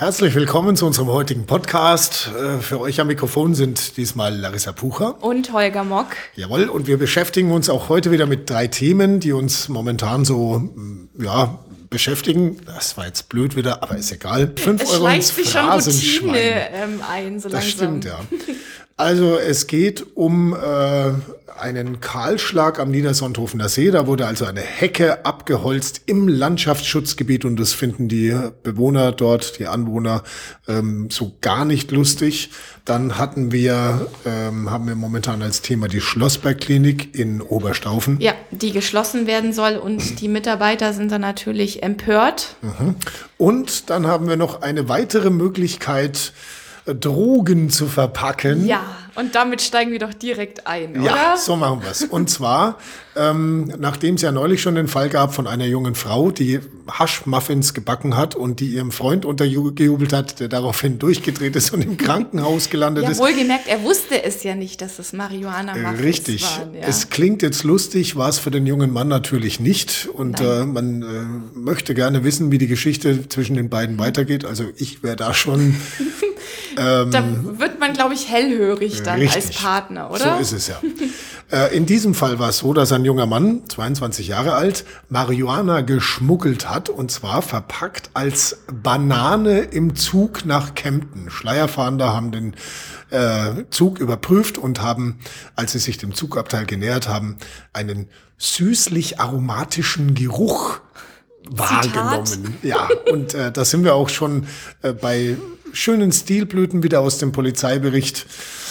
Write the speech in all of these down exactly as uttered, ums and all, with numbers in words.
Herzlich willkommen zu unserem heutigen Podcast. Für euch am Mikrofon sind diesmal Larissa Pucher und Holger Mock. Jawohl, und wir beschäftigen uns auch heute wieder mit drei Themen, die uns momentan so ja, beschäftigen. Das war jetzt blöd wieder, aber ist egal. Fünf es Euro ins sich schon Phrasenschwein. Routine ähm, ein, so das langsam. stimmt, ja. Also es geht um äh, einen Kahlschlag am Niedersondhofener See. Da wurde also eine Hecke abgeholzt im Landschaftsschutzgebiet und das finden die Bewohner dort, die Anwohner, ähm, so gar nicht lustig. Dann hatten wir, ähm, haben wir momentan als Thema die Schlossbergklinik in Oberstaufen. Ja, die geschlossen werden soll und die Mitarbeiter sind dann natürlich empört. Mhm. Und dann haben wir noch eine weitere Möglichkeit, Drogen zu verpacken. Ja, und damit steigen wir doch direkt ein, oder? Ja, so machen wir es. Und zwar, ähm, nachdem es ja neulich schon den Fall gab von einer jungen Frau, die Haschmuffins gebacken hat und die ihrem Freund untergejubelt hat, der daraufhin durchgedreht ist und im Krankenhaus gelandet ja, ist. Wohlgemerkt, er wusste es ja nicht, dass es Marihuana-Muffins Richtig. waren. Ja. Es klingt jetzt lustig, war es für den jungen Mann natürlich nicht. Und äh, man äh, möchte gerne wissen, wie die Geschichte zwischen den beiden weitergeht. Also ich wäre da schon... Ähm, da wird man, glaube ich, hellhörig dann richtig. als Partner, oder? So ist es ja. äh, in diesem Fall war es so, dass ein junger Mann, zweiundzwanzig Jahre alt, Marihuana geschmuggelt hat und zwar verpackt als Banane im Zug nach Kempten. Schleierfahnder haben den äh, Zug überprüft und haben, als sie sich dem Zugabteil genähert haben, einen süßlich aromatischen Geruch wahrgenommen. Zitat. Ja, und äh, da sind wir auch schon äh, bei schönen Stilblüten wieder aus dem Polizeibericht.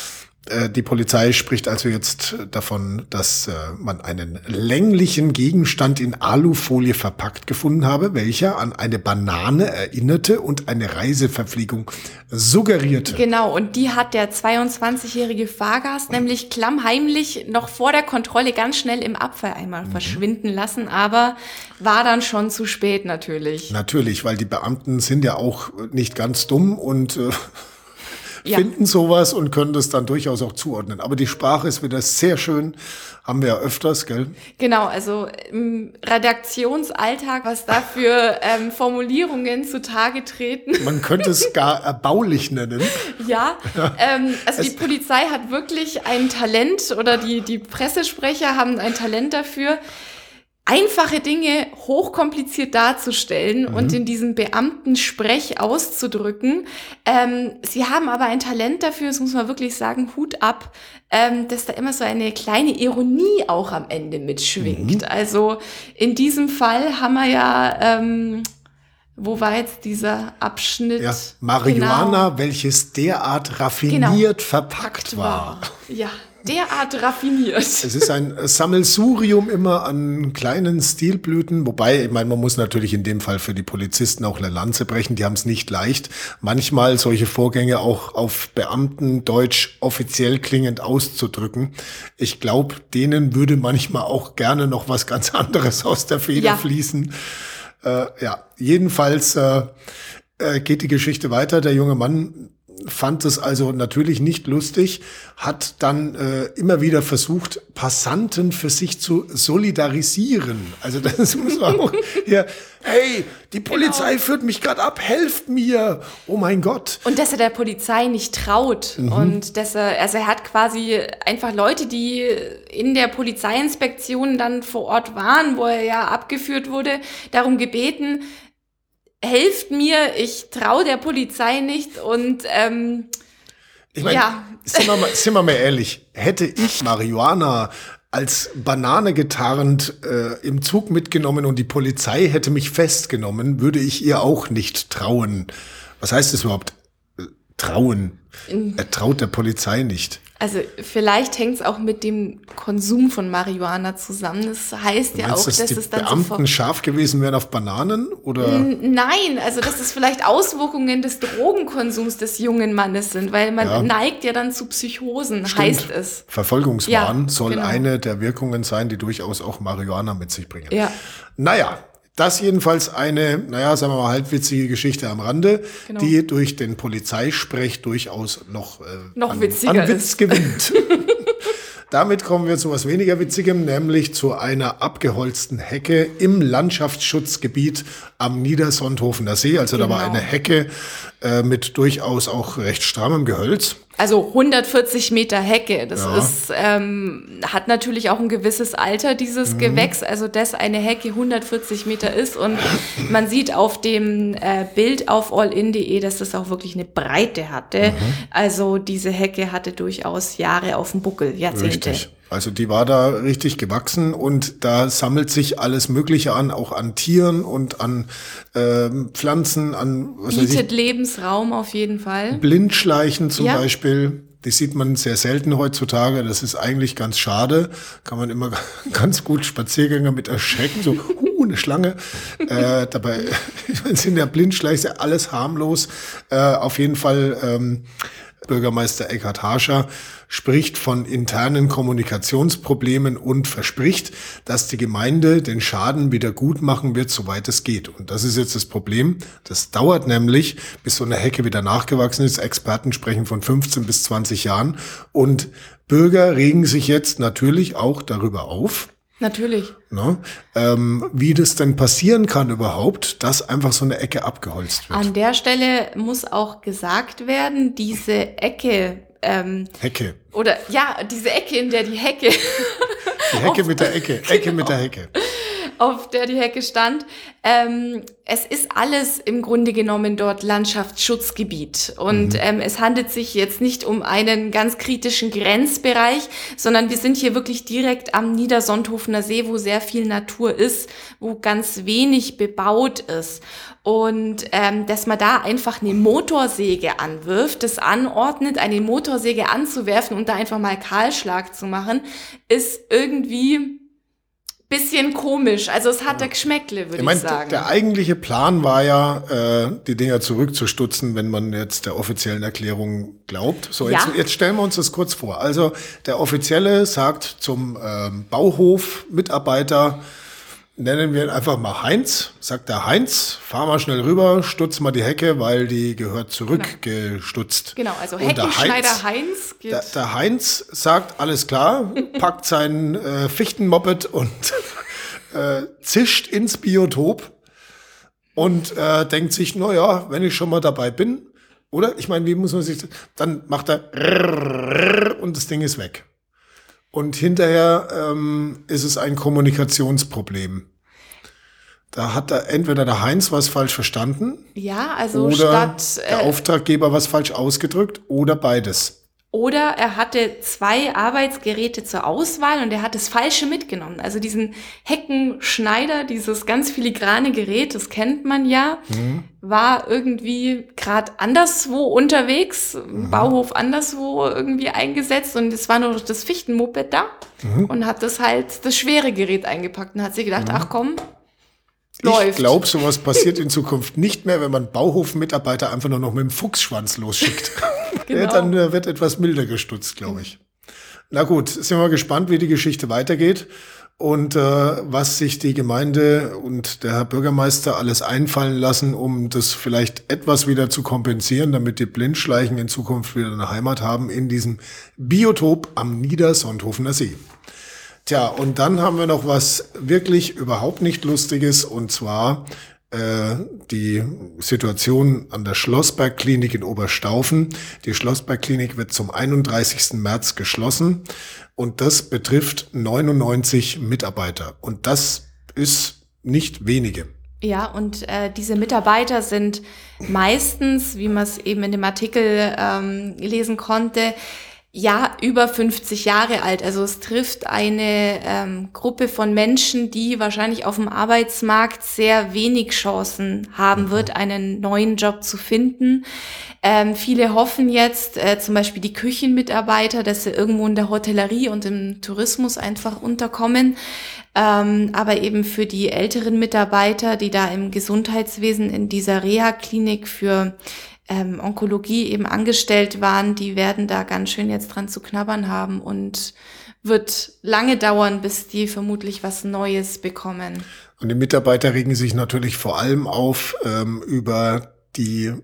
Äh, die Polizei spricht also jetzt davon, dass äh, man einen länglichen Gegenstand in Alufolie verpackt gefunden habe, welcher an eine Banane erinnerte und eine Reiseverpflegung suggerierte. Genau, und die hat der zweiundzwanzigjährige Fahrgast nämlich klammheimlich noch vor der Kontrolle ganz schnell im Abfalleimer mhm. verschwinden lassen, aber war dann schon zu spät natürlich. Natürlich, weil die Beamten sind ja auch nicht ganz dumm und äh, ja. finden sowas und können das dann durchaus auch zuordnen. Aber die Sprache ist wieder sehr schön, haben wir ja öfters, gell? Genau, also im Redaktionsalltag, was da für ähm, Formulierungen zutage treten. Man könnte es gar erbaulich nennen. Ja, ähm, also es die Polizei hat wirklich ein Talent oder die, die Pressesprecher haben ein Talent dafür, einfache Dinge hochkompliziert darzustellen mhm. und in diesem Beamtensprech auszudrücken. Ähm, sie haben aber ein Talent dafür, das muss man wirklich sagen, Hut ab, ähm, dass da immer so eine kleine Ironie auch am Ende mitschwingt. Mhm. Also in diesem Fall haben wir ja, ähm, wo war jetzt dieser Abschnitt? Ja, Marihuana, genau. welches derart raffiniert genau. verpackt war. Ja. Derart raffiniert. Es ist ein Sammelsurium immer an kleinen Stilblüten, wobei, ich meine, man muss natürlich in dem Fall für die Polizisten auch eine Lanze brechen, die haben es nicht leicht, manchmal solche Vorgänge auch auf Beamtendeutsch offiziell klingend auszudrücken. Ich glaube, denen würde manchmal auch gerne noch was ganz anderes aus der Feder ja. fließen. Äh, ja, jedenfalls äh, äh, geht die Geschichte weiter. Der junge Mann fand es also natürlich nicht lustig, hat dann äh, immer wieder versucht, Passanten für sich zu solidarisieren. Also das muss man auch hier, hey, die Polizei genau. führt mich gerade ab, helft mir, oh mein Gott. Und dass er der Polizei nicht traut mhm. und dass er, also er hat quasi einfach Leute, die in der Polizeiinspektion dann vor Ort waren, wo er ja abgeführt wurde, darum gebeten, helft mir, ich traue der Polizei nicht und ähm, ich meine, ja. sind wir mal, sind wir mal ehrlich, hätte ich Marihuana als Banane getarnt äh, im Zug mitgenommen und die Polizei hätte mich festgenommen, würde ich ihr auch nicht trauen. Was heißt das überhaupt? Äh, trauen. Er traut der Polizei nicht. Also vielleicht hängt es auch mit dem Konsum von Marihuana zusammen. Das heißt ja auch, dass, dass die es dann Beamten sofort scharf gewesen wären auf Bananen? Oder? Nein, also dass es vielleicht Auswirkungen des Drogenkonsums des jungen Mannes sind, weil man ja. neigt ja dann zu Psychosen, Stimmt. heißt es. Verfolgungswahn ja, soll genau. eine der Wirkungen sein, die durchaus auch Marihuana mit sich bringen. Ja. Naja. Das jedenfalls eine, naja, sagen wir mal, halbwitzige Geschichte am Rande, genau. die durch den Polizeisprech durchaus noch, äh, noch an, witziger an Witz ist. gewinnt. Damit kommen wir zu was weniger Witzigem, nämlich zu einer abgeholzten Hecke im Landschaftsschutzgebiet am Niedersonthofener See. Also genau. Da war eine Hecke äh, mit durchaus auch recht strammem Gehölz. Also hundertvierzig Meter Hecke, das ja. ist, ähm, hat natürlich auch ein gewisses Alter, dieses mhm. Gewächs, also dass eine Hecke hundertvierzig Meter ist und man sieht auf dem äh, Bild auf allin punkt de, dass das auch wirklich eine Breite hatte. Mhm. Also diese Hecke hatte durchaus Jahre auf dem Buckel, Jahrzehnte. Richtig. Also die war da richtig gewachsen und da sammelt sich alles Mögliche an, auch an Tieren und an äh, Pflanzen, an was weiß ich. Bietet Lebensraum auf jeden Fall. Blindschleichen zum ja. Beispiel, die sieht man sehr selten heutzutage. Das ist eigentlich ganz schade. Kann man immer ganz gut Spaziergänger mit erschrecken, so uh, eine Schlange. äh, dabei sind ja Blindschleiche alles harmlos. Äh, auf jeden Fall ähm, Bürgermeister Eckhard Harscher spricht von internen Kommunikationsproblemen und verspricht, dass die Gemeinde den Schaden wieder gut machen wird, soweit es geht. Und das ist jetzt das Problem. Das dauert nämlich, bis so eine Hecke wieder nachgewachsen ist. Experten sprechen von fünfzehn bis zwanzig Jahren. Und Bürger regen sich jetzt natürlich auch darüber auf. Natürlich. Ne, ähm, wie das denn passieren kann überhaupt, dass einfach so eine Ecke abgeholzt wird. An der Stelle muss auch gesagt werden, diese Ecke, ähm, Hecke. Oder, ja, diese Ecke, in der die Hecke. Die Hecke mit der Ecke. Ecke genau. mit der Hecke. Auf der die Hecke stand. Ähm, es ist alles im Grunde genommen dort Landschaftsschutzgebiet. Und mhm. ähm, es handelt sich jetzt nicht um einen ganz kritischen Grenzbereich, sondern wir sind hier wirklich direkt am Niedersonthofener See, wo sehr viel Natur ist, wo ganz wenig bebaut ist. Und ähm, dass man da einfach eine Motorsäge anwirft, das anordnet, eine Motorsäge anzuwerfen und da einfach mal Kahlschlag zu machen, ist irgendwie bisschen komisch. Also es hat ja. Geschmäckle, würde ich, mein, ich sagen. Der eigentliche Plan war ja, äh, die Dinger zurückzustutzen, wenn man jetzt der offiziellen Erklärung glaubt. So, ja. jetzt, jetzt stellen wir uns das kurz vor. Also der Offizielle sagt zum ähm, Bauhof-Mitarbeiter, nennen wir ihn einfach mal Heinz, sagt der Heinz, fahr mal schnell rüber, stutz mal die Hecke, weil die gehört zurückgestutzt. Genau, also Heckenschneider Heinz, Heinz geht. Der, der Heinz sagt, alles klar, packt sein äh, Fichtenmoped und äh, zischt ins Biotop und äh, denkt sich, na ja, wenn ich schon mal dabei bin, oder? Ich meine, wie muss man sich, dann macht er und das Ding ist weg. Und hinterher ähm, ist es ein Kommunikationsproblem. Da hat da entweder der Heinz was falsch verstanden. Ja, also oder statt äh, der Auftraggeber was falsch ausgedrückt oder beides. Oder er hatte zwei Arbeitsgeräte zur Auswahl und er hat das Falsche mitgenommen. Also diesen Heckenschneider, dieses ganz filigrane Gerät, das kennt man ja, mhm. war irgendwie gerade anderswo unterwegs, mhm. Bauhof anderswo irgendwie eingesetzt und es war nur das Fichtenmoped da mhm. und hat das halt, das schwere Gerät eingepackt und hat sich gedacht, mhm. ach komm, läuft. Ich glaube, sowas passiert in Zukunft nicht mehr, wenn man Bauhofmitarbeiter einfach nur noch mit dem Fuchsschwanz losschickt. Genau. Ja, dann äh, wird etwas milder gestutzt, glaube ich. Na gut, sind wir mal gespannt, wie die Geschichte weitergeht und äh, was sich die Gemeinde und der Herr Bürgermeister alles einfallen lassen, um das vielleicht etwas wieder zu kompensieren, damit die Blindschleichen in Zukunft wieder eine Heimat haben in diesem Biotop am Niedersonthofener See. Tja, und dann haben wir noch was wirklich überhaupt nicht Lustiges, und zwar äh, die Situation an der Schlossbergklinik in Oberstaufen. Die Schlossbergklinik wird zum einunddreißigsten März geschlossen und das betrifft neunundneunzig Mitarbeiter. Und das ist nicht wenige. Ja, und äh, diese Mitarbeiter sind meistens, wie man es eben in dem Artikel ähm, lesen konnte, ja, über fünfzig Jahre alt. Also es trifft eine ähm, Gruppe von Menschen, die wahrscheinlich auf dem Arbeitsmarkt sehr wenig Chancen haben wird, einen neuen Job zu finden. Ähm, viele hoffen jetzt, äh, zum Beispiel die Küchenmitarbeiter, dass sie irgendwo in der Hotellerie und im Tourismus einfach unterkommen. Ähm, aber eben für die älteren Mitarbeiter, die da im Gesundheitswesen in dieser Reha-Klinik für Ähm, Onkologie eben angestellt waren, die werden da ganz schön jetzt dran zu knabbern haben und wird lange dauern, bis die vermutlich was Neues bekommen. Und die Mitarbeiter regen sich natürlich vor allem auf ähm, über die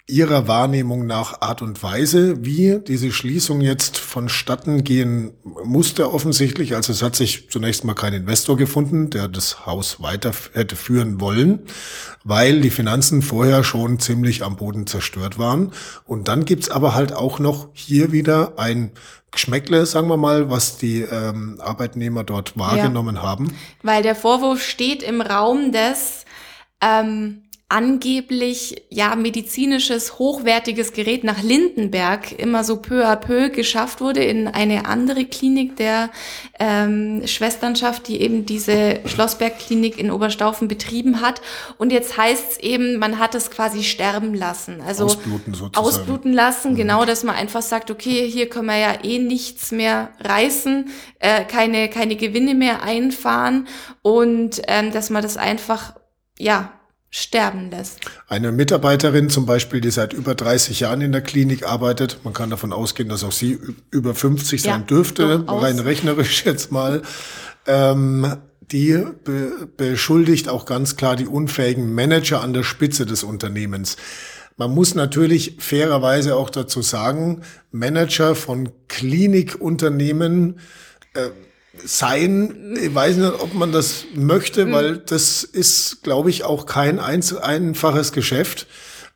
Ihrer Wahrnehmung nach Art und Weise, wie diese Schließung jetzt vonstatten gehen musste offensichtlich. Also es hat sich zunächst mal kein Investor gefunden, der das Haus weiter hätte führen wollen, weil die Finanzen vorher schon ziemlich am Boden zerstört waren. Und dann gibt's aber halt auch noch hier wieder ein Geschmäckle, sagen wir mal, was die ähm, Arbeitnehmer dort wahrgenommen ja. haben. Weil der Vorwurf steht im Raum des ähm angeblich ja medizinisches, hochwertiges Gerät nach Lindenberg immer so peu à peu geschafft wurde in eine andere Klinik der ähm, Schwesternschaft, die eben diese Schlossberg-Klinik in Oberstaufen betrieben hat. Und jetzt heißt es eben, man hat es quasi sterben lassen. Also ausbluten sozusagen. Ausbluten lassen, mhm. genau, dass man einfach sagt, okay, hier können wir ja eh nichts mehr reißen, äh, keine, keine Gewinne mehr einfahren und ähm, dass man das einfach, ja, sterben lässt. Eine Mitarbeiterin zum Beispiel, die seit über dreißig Jahren in der Klinik arbeitet, man kann davon ausgehen, dass auch sie über fünfzig sein ja, dürfte, rein rechnerisch jetzt mal, ähm, die be- beschuldigt auch ganz klar die unfähigen Manager an der Spitze des Unternehmens. Man muss natürlich fairerweise auch dazu sagen, Manager von Klinikunternehmen äh, sein, ich weiß nicht, ob man das möchte, weil das ist, glaube ich, auch kein einz- einfaches Geschäft,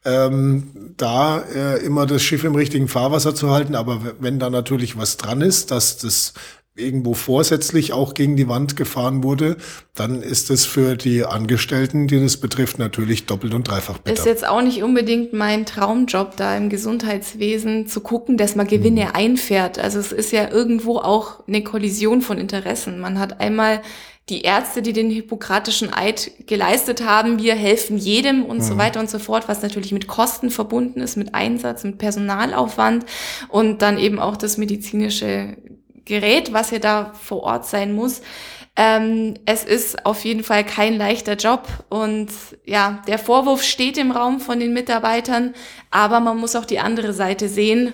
ähm, da äh, immer das Schiff im richtigen Fahrwasser zu halten. Aber w- wenn da natürlich was dran ist, dass das irgendwo vorsätzlich auch gegen die Wand gefahren wurde, dann ist es für die Angestellten, die das betrifft, natürlich doppelt und dreifach bitter. Ist jetzt auch nicht unbedingt mein Traumjob da im Gesundheitswesen, zu gucken, dass man Gewinne mhm. einfährt. Also es ist ja irgendwo auch eine Kollision von Interessen. Man hat einmal die Ärzte, die den hippokratischen Eid geleistet haben, wir helfen jedem und mhm. so weiter und so fort, was natürlich mit Kosten verbunden ist, mit Einsatz, mit Personalaufwand und dann eben auch das medizinische Gerät, was ja da vor Ort sein muss. Ähm, es ist auf jeden Fall kein leichter Job und ja, der Vorwurf steht im Raum von den Mitarbeitern, aber man muss auch die andere Seite sehen,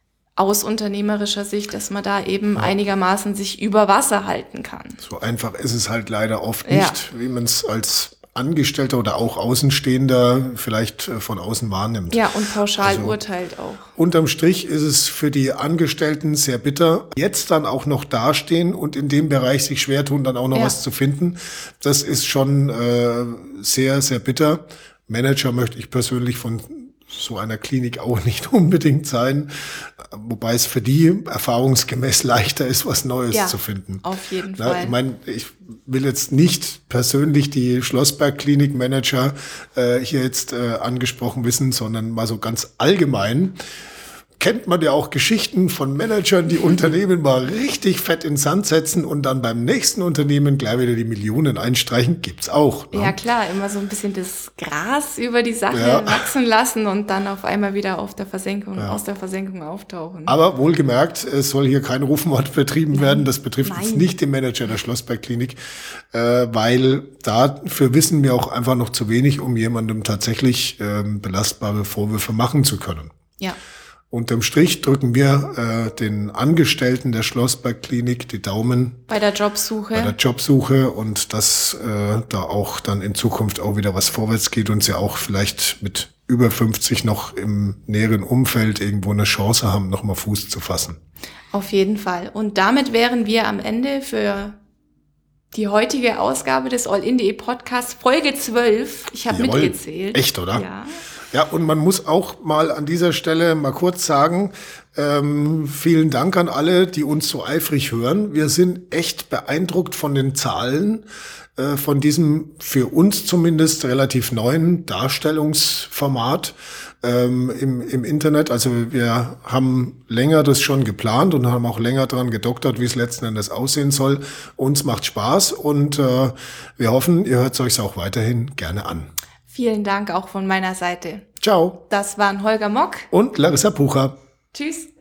aus unternehmerischer Sicht, dass man da eben ja. einigermaßen sich über Wasser halten kann. So einfach ist es halt leider oft nicht, ja. wie man es als Angestellter oder auch Außenstehender vielleicht von außen wahrnimmt. Ja, und pauschal also, urteilt auch. Unterm Strich ist es für die Angestellten sehr bitter, jetzt dann auch noch dastehen und in dem Bereich sich schwer tun, dann auch noch ja. was zu finden. Das ist schon äh, sehr, sehr bitter. Manager möchte ich persönlich von so einer Klinik auch nicht unbedingt sein, wobei es für die erfahrungsgemäß leichter ist, was Neues ja, zu finden. Auf jeden Na, Fall. Ich meine, ich will jetzt nicht persönlich die Schlossberg-Klinik-Manager äh, hier jetzt äh, angesprochen wissen, sondern mal so ganz allgemein. Kennt man ja auch Geschichten von Managern, die Unternehmen mal richtig fett in den Sand setzen und dann beim nächsten Unternehmen gleich wieder die Millionen einstreichen, gibt's auch. Ne? Ja klar, immer so ein bisschen das Gras über die Sache ja. wachsen lassen und dann auf einmal wieder auf der Versenkung, ja. aus der Versenkung auftauchen. Aber wohlgemerkt, es soll hier kein Rufmord betrieben werden. Das betrifft Nein. jetzt nicht den Manager der Schlossberg-Klinik, äh, weil dafür wissen wir auch einfach noch zu wenig, um jemandem tatsächlich ähm, belastbare Vorwürfe machen zu können. Ja. Unterm Strich drücken wir äh, den Angestellten der Schlossberg-Klinik die Daumen bei der Jobsuche. Bei der Jobsuche und dass äh, da auch dann in Zukunft auch wieder was vorwärts geht und sie auch vielleicht mit über fünfzig noch im näheren Umfeld irgendwo eine Chance haben, nochmal Fuß zu fassen. Auf jeden Fall. Und damit wären wir am Ende für die heutige Ausgabe des All-In.de Podcasts, Folge zwölf. Ich habe mitgezählt. Echt, oder? Ja. Ja, und man muss auch mal an dieser Stelle mal kurz sagen, ähm, vielen Dank an alle, die uns so eifrig hören. Wir sind echt beeindruckt von den Zahlen, äh, von diesem für uns zumindest relativ neuen Darstellungsformat ähm, im, im Internet. Also wir haben länger das schon geplant und haben auch länger dran gedoktert, wie es letzten Endes aussehen soll. Uns macht Spaß und äh, wir hoffen, ihr hört es euch auch weiterhin gerne an. Vielen Dank auch von meiner Seite. Ciao. Das waren Holger Mock und Larissa Pucher. Tschüss.